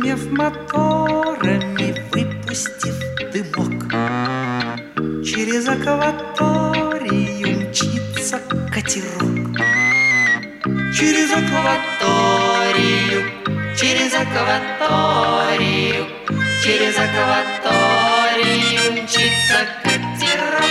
Загремев моторами, выпустив дымок, через акваторию мчится катерок. Через акваторию, через акваторию, через акваторию мчится катерок.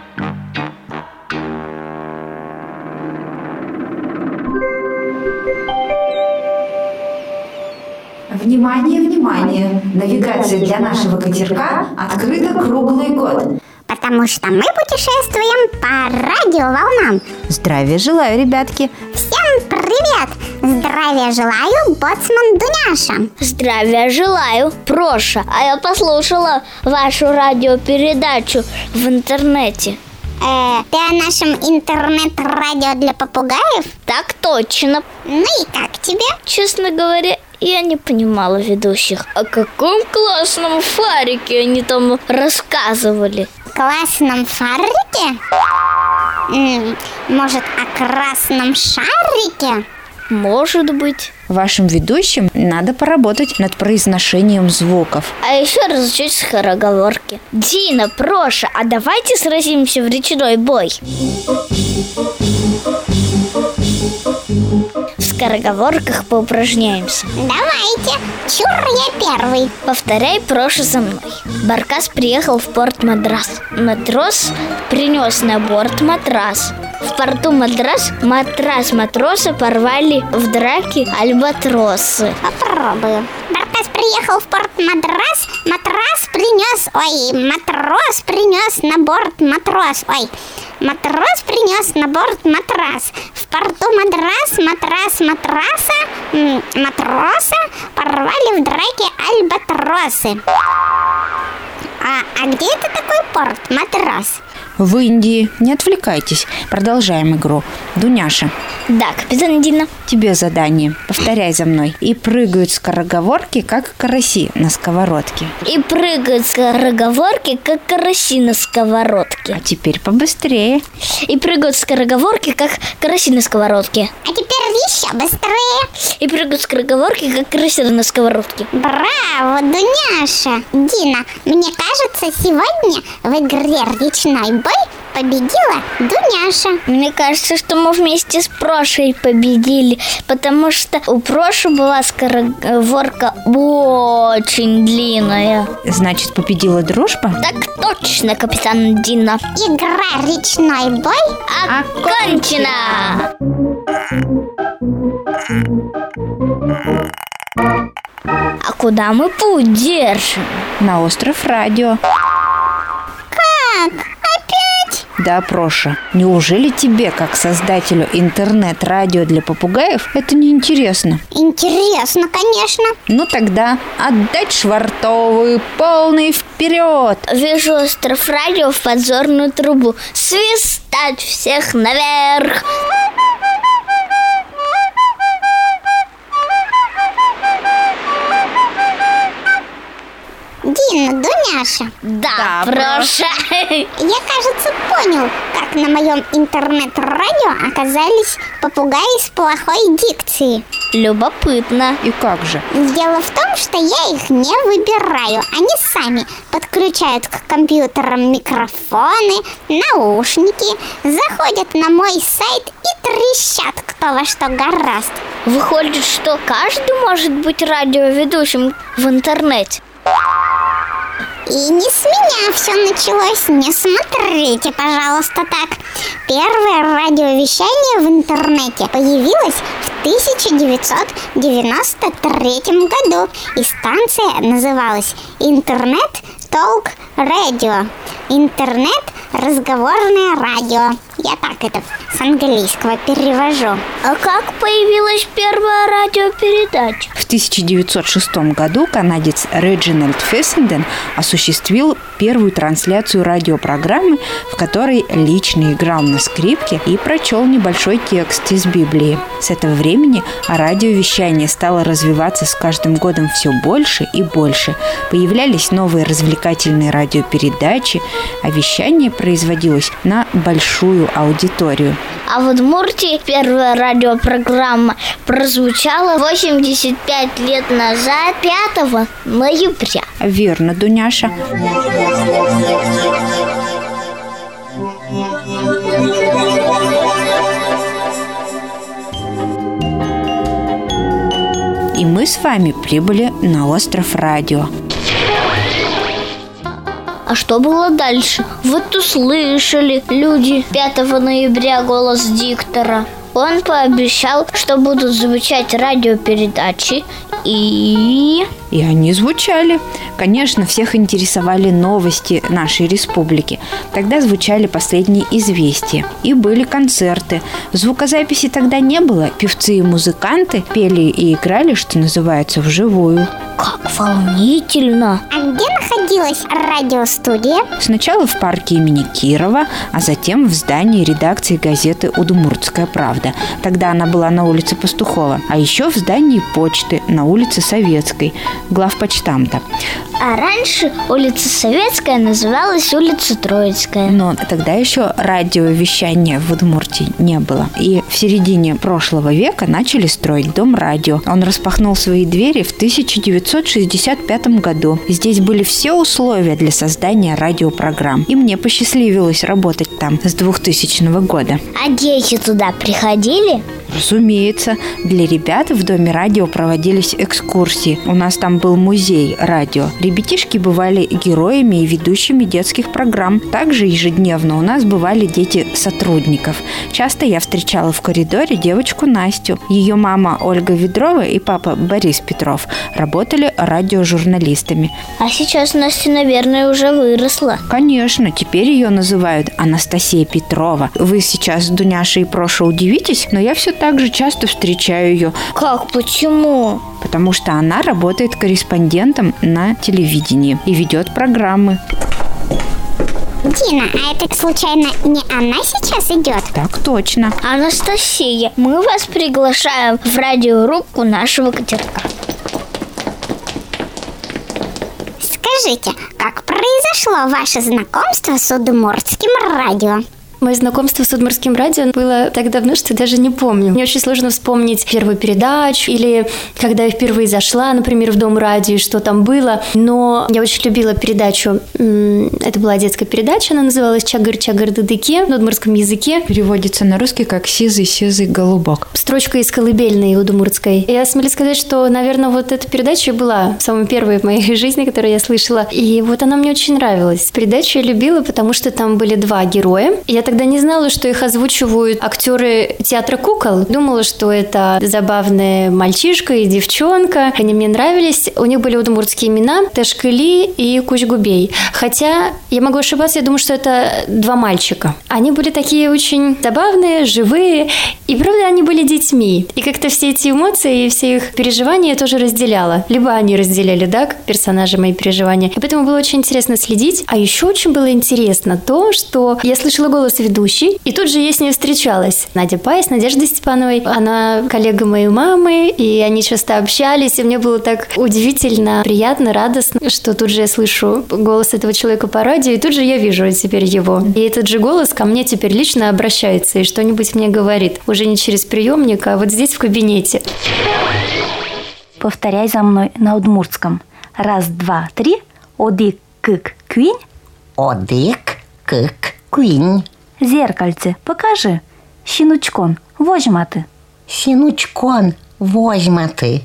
Внимание, внимание! Навигация для нашего катерка открыта круглый год. Потому что мы путешествуем по радиоволнам. Здравия желаю, ребятки! Всем привет! Здравия желаю, боцман Дуняша. Здравия желаю, Проша. А я послушала вашу радиопередачу в интернете. Ты о нашем интернет-радио для попугаев? Так точно. Ну и как тебе? Честно говоря, я не понимала ведущих. О каком классном фарике они там рассказывали? Классном фарике? Может, о красном шарике? Может быть. Вашим ведущим надо поработать над произношением звуков. А еще разучить скороговорки. Дина, Проша, а давайте сразимся в речной бой. В скороговорках поупражняемся. Давайте, чур, я первый. Повторяй, Проша, за мной. Баркас приехал в порт Мадрас. Матрос принес на борт матрас. В порту Мадрас матроса порвали в драке альбатросы. Попробую. Баркас приехал в порт Мадрас. Матрос принес на борт матрос. Матрос принес на борт матрас. В порту Мадрас матроса порвали в драке альбатросы. А где это такой порт Мадрас? В Индии. Не отвлекайтесь. Продолжаем игру. Дуняша. Да, капитан Дина. Тебе задание. Повторяй за мной. И прыгают скороговорки, как караси на сковородке. И прыгают скороговорки, как караси на сковородке. А теперь побыстрее. И прыгают скороговорки, как караси на сковородке. А теперь еще быстрее. И прыгают скороговорки, как караси на сковородке. Браво, Дуняша! Дина, мне кажется, сегодня в игре «Речной бой» победила Дуняша. Мне кажется, что мы вместе с Прошей победили, потому что у Проши была скороговорка очень длинная. Значит, победила дружба? Так точно, капитан Дина. Игра «Речной бой» окончена! А куда мы путь держим? На остров Радио. Как? Опять? Да, Проша, неужели тебе, как создателю интернет-радио для попугаев, это не интересно? Интересно, конечно. Ну тогда отдать швартовую, полный вперед! Вижу остров Радио в подзорную трубу. Свистать всех наверх! Дина, Дуняша. Да, Проша. Я, кажется, понял, как на моем интернет-радио оказались попугаи с плохой дикцией. Любопытно. И как же? Дело в том, что я их не выбираю. Они сами подключают к компьютерам микрофоны, наушники, заходят на мой сайт и трещат кто во что гораст. Выходит, что каждый может быть радиоведущим в интернете. И не с меня все началось, не смотрите, пожалуйста, так. Первое радиовещание в интернете появилось в 1993 году, и станция называлась «Интернет-толк радио». Интернет-разговорное радио. Я так это с английского перевожу. А как появилась первая радиопередача? В 1906 году канадец Реджинальд Фессенден осуществил первую трансляцию радиопрограммы, в которой лично играл на скрипке и прочел небольшой текст из Библии. С этого времени радиовещание стало развиваться с каждым годом все больше и больше. Появлялись новые развлекательные радиопередачи, а вещание производилось на большую аудиторию. А в Удмуртии первая радиопрограмма прозвучала 85 лет назад, 5 ноября. Верно, Дуняша. И мы с вами прибыли на остров Радио. А что было дальше? Вот услышали люди 5 ноября голос диктора. Он пообещал, что будут звучать радиопередачи, и они звучали. Конечно, всех интересовали новости нашей республики. Тогда звучали последние известия. И были концерты. Звукозаписи тогда не было. Певцы и музыканты пели и играли, что называется, вживую. Как волнительно! А где находилась радиостудия? Сначала в парке имени Кирова, а затем в здании редакции газеты «Удмуртская правда». Тогда она была на улице Пастухова. А еще в здании почты на улице Советской, главпочтамта. А раньше улица Советская называлась улица Троицкая. Но тогда еще радиовещания в Удмуртии не было. И в середине прошлого века начали строить дом радио. Он распахнул свои двери в 1965 году. Здесь были все условия для создания радиопрограмм. И мне посчастливилось работать там с 2000 года. А дети туда приходили? Разумеется, для ребят в Доме радио проводились экскурсии. У нас там был музей радио. Ребятишки бывали героями и ведущими детских программ. Также ежедневно у нас бывали дети сотрудников. Часто я встречала в коридоре девочку Настю. Ее мама Ольга Ведрова и папа Борис Петров работали радиожурналистами. А сейчас Настя, наверное, уже выросла. Конечно, теперь ее называют Анастасия Петрова. Вы сейчас, Дуняша и Проша, удивитесь, но я все так же часто встречаю ее. Как? Почему? Потому что она работает корреспондентом на телевидении и ведет программы. Дина, а это случайно не она сейчас идет? Так точно. Анастасия, мы вас приглашаем в радиорубку нашего катерка. Скажите, как произошло ваше знакомство с Удмуртским радио? Мое знакомство с Удмуртским радио было так давно, что даже не помню. Мне очень сложно вспомнить первую передачу или когда я впервые зашла, например, в Дом радио, что там было. Но я очень любила передачу. Это была детская передача, она называлась «Чагыр-чагыр-дыдыке» на удмуртском языке. Переводится на русский как «сизый-сизый голубок». Строчка из колыбельной удмуртской. Я смею сказать, что, наверное, вот эта передача была самой первой в моей жизни, которую я слышала. И вот она мне очень нравилась. Передачу я любила, потому что там были два героя. Я тогда не знала, что их озвучивают актеры театра кукол. Думала, что это забавная мальчишка и девчонка. Они мне нравились. У них были удмуртские имена Ташкыли и Кучгубей. Хотя я могу ошибаться, я думаю, что это два мальчика. Они были такие очень забавные, живые. И правда, они были детьми. И как-то все эти эмоции и все их переживания я тоже разделяла. Либо они разделяли, да, как персонажи мои переживания. И поэтому было очень интересно следить. А еще очень было интересно то, что я слышала голос ведущей, и тут же я с ней встречалась. Надя Пайс, Надежда Степановой. Она коллега моей мамы, и они часто общались, и мне было так удивительно, приятно, радостно, что тут же я слышу голос этого человека по радио, и тут же я вижу теперь его. И этот же голос ко мне теперь лично обращается и что-нибудь мне говорит. Уже не через приемник, а вот здесь в кабинете. Повторяй за мной на удмуртском. 1, 2, 3. Одик, кык, квинь. Одик, кык, квинь. Зеркальце покажи. Щінучкон возьмати. Щінучкон возьмати.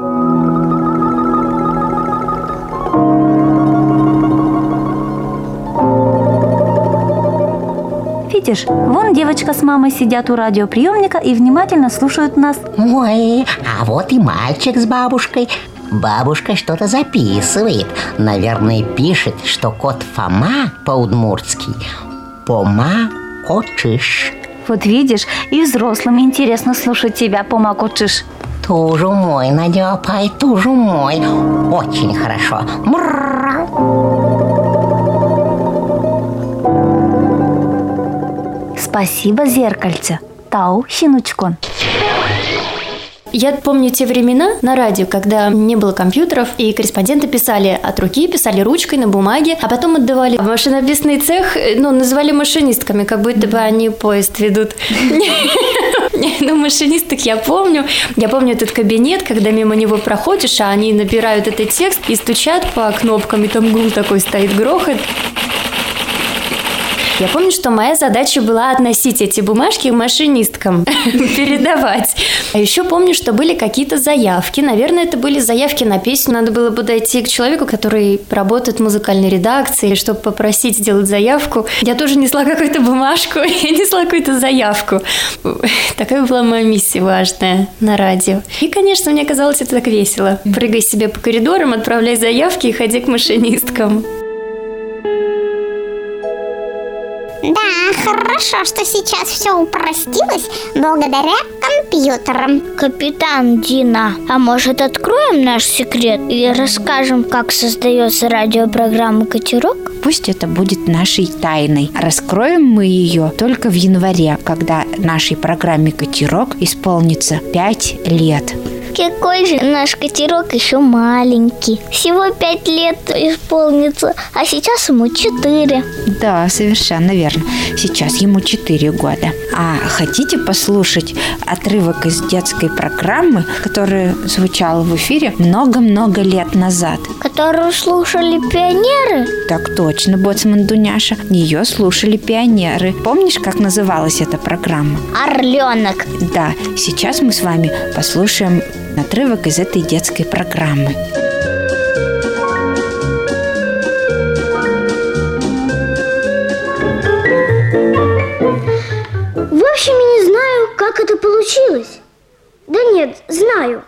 Видишь, вон девочка с мамой сидят у радиоприемника и внимательно слушают нас. Ой, а вот и мальчик с бабушкой. Бабушка что-то записывает. Наверное, пишет, что кот Фома по-удмуртски «Помакочиш». Вот видишь, и взрослым интересно слушать тебя, помакочиш. Тоже мой, Надя Апай, тоже мой. Очень хорошо. Мрррр. Спасибо, зеркальце. Тау, щінучкон. Я помню те времена на радио, когда не было компьютеров, и корреспонденты писали от руки, писали ручкой на бумаге, а потом отдавали в машинописный цех, называли машинистками, как будто бы они поезд ведут. Машинисток я помню. Я помню этот кабинет, когда мимо него проходишь, а они набирают этот текст и стучат по кнопкам, и там гул такой стоит, грохот. Я помню, что моя задача была относить эти бумажки к машинисткам, передавать. А еще помню, что были какие-то заявки. Наверное, это были заявки на песню. Надо было бы дойти к человеку, который работает в музыкальной редакции, чтобы попросить сделать заявку. Я тоже несла какую-то бумажку, я несла какую-то заявку. Такая была моя миссия важная на радио. И, конечно, мне казалось, это так весело. Прыгай себе по коридорам, отправляй заявки и ходи к машинисткам. Да, хорошо, что сейчас все упростилось благодаря компьютерам. Капитан Дина, а может, откроем наш секрет и расскажем, как создается радиопрограмма «Катерок»? Пусть это будет нашей тайной. Раскроем мы ее только в январе, когда нашей программе «Катерок» исполнится 5 лет. Какой же наш катерок еще маленький. Всего 5 лет исполнится, а сейчас ему 4. Да, совершенно верно. Сейчас ему 4 года. А хотите послушать отрывок из детской программы, которая звучала в эфире много-много лет назад? Которую слушали пионеры? Так точно, боцман Дуняша. Ее слушали пионеры. Помнишь, как называлась эта программа? «Орленок». Да, сейчас мы с вами послушаем отрывок из этой детской программы. В общем, я не знаю, как это получилось. Да нет, знаю.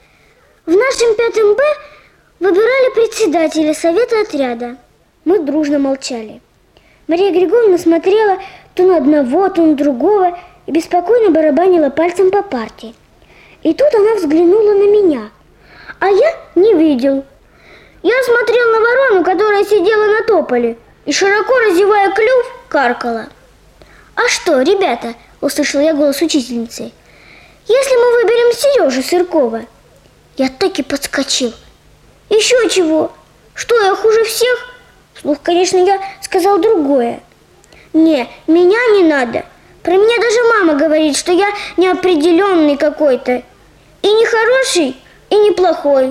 В нашем 5 Б выбирали председателя совета отряда. Мы дружно молчали. Мария Григорьевна смотрела то на одного, то на другого и беспокойно барабанила пальцем по парте. И тут она взглянула на меня, а я не видел. Я смотрел на ворону, которая сидела на тополе, и, широко разевая клюв, каркала. «А что, ребята?» – услышал я голос учительницы. «Если мы выберем Сережу Сыркова?» Я так и подскочил. «Еще чего? Что, я хуже всех?» Вслух, конечно, я сказал другое. «Не, меня не надо. Про меня даже мама говорит, что я неопределенный какой-то. И не хороший, и не плохой.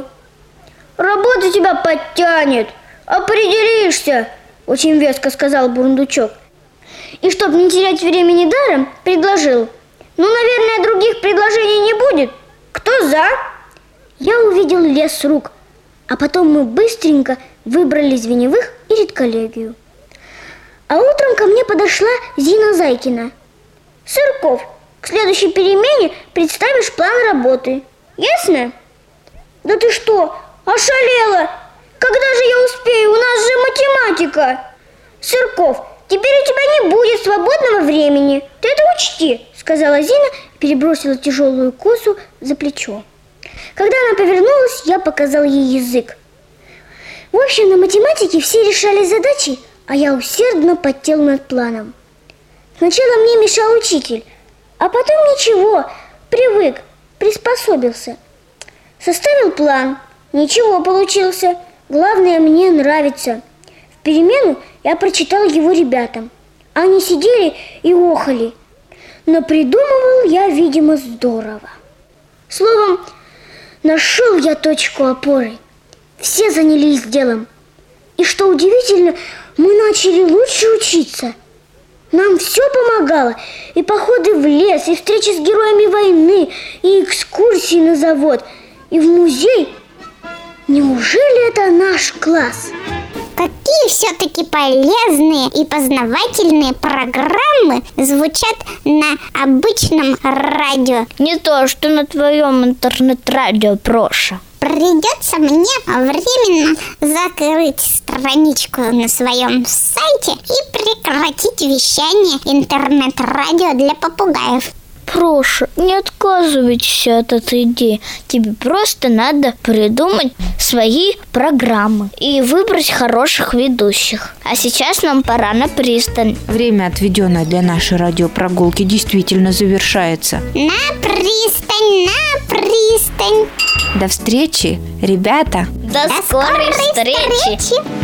Работа тебя подтянет. Определишься», – очень веско сказал Бурундучок. И, чтобы не терять времени даром, предложил: наверное, других предложений не будет. Кто за? Я увидел лес рук, а потом мы быстренько выбрали звеневых и редколлегию. А утром ко мне подошла Зина Зайкина. «Сырков, к следующей перемене представишь план работы. Ясно?» «Да ты что, ошалела? Когда же я успею? У нас же математика!» «Сырков, теперь у тебя не будет свободного времени. Ты это учти», — сказала Зина и перебросила тяжелую косу за плечо. Когда она повернулась, я показал ей язык. В общем, на математике все решали задачи, а я усердно подтел над планом. Сначала мне мешал учитель, а потом ничего, привык, приспособился. Составил план, ничего получился, главное, мне нравится. В перемену я прочитал его ребятам. Они сидели и охали. Но придумывал я, видимо, здорово. Словом, нашел я точку опоры. Все занялись делом. И что удивительно, мы начали лучше учиться. Нам все помогало. И походы в лес, и встречи с героями войны, и экскурсии на завод, и в музей. Неужели это наш класс? Какие все-таки полезные и познавательные программы звучат на обычном радио. Не то, что на твоем интернет-радио, Проша. Придется мне временно закрыть страничку на своем сайте и прекратить вещание интернет-радио для попугаев. Прошу, не отказывайтесь от этой идеи. Тебе просто надо придумать свои программы и выбрать хороших ведущих. А сейчас нам пора на пристань. Время, отведенное для нашей радиопрогулки, действительно завершается. На пристань, на пристань. До встречи, ребята! До скорой встречи!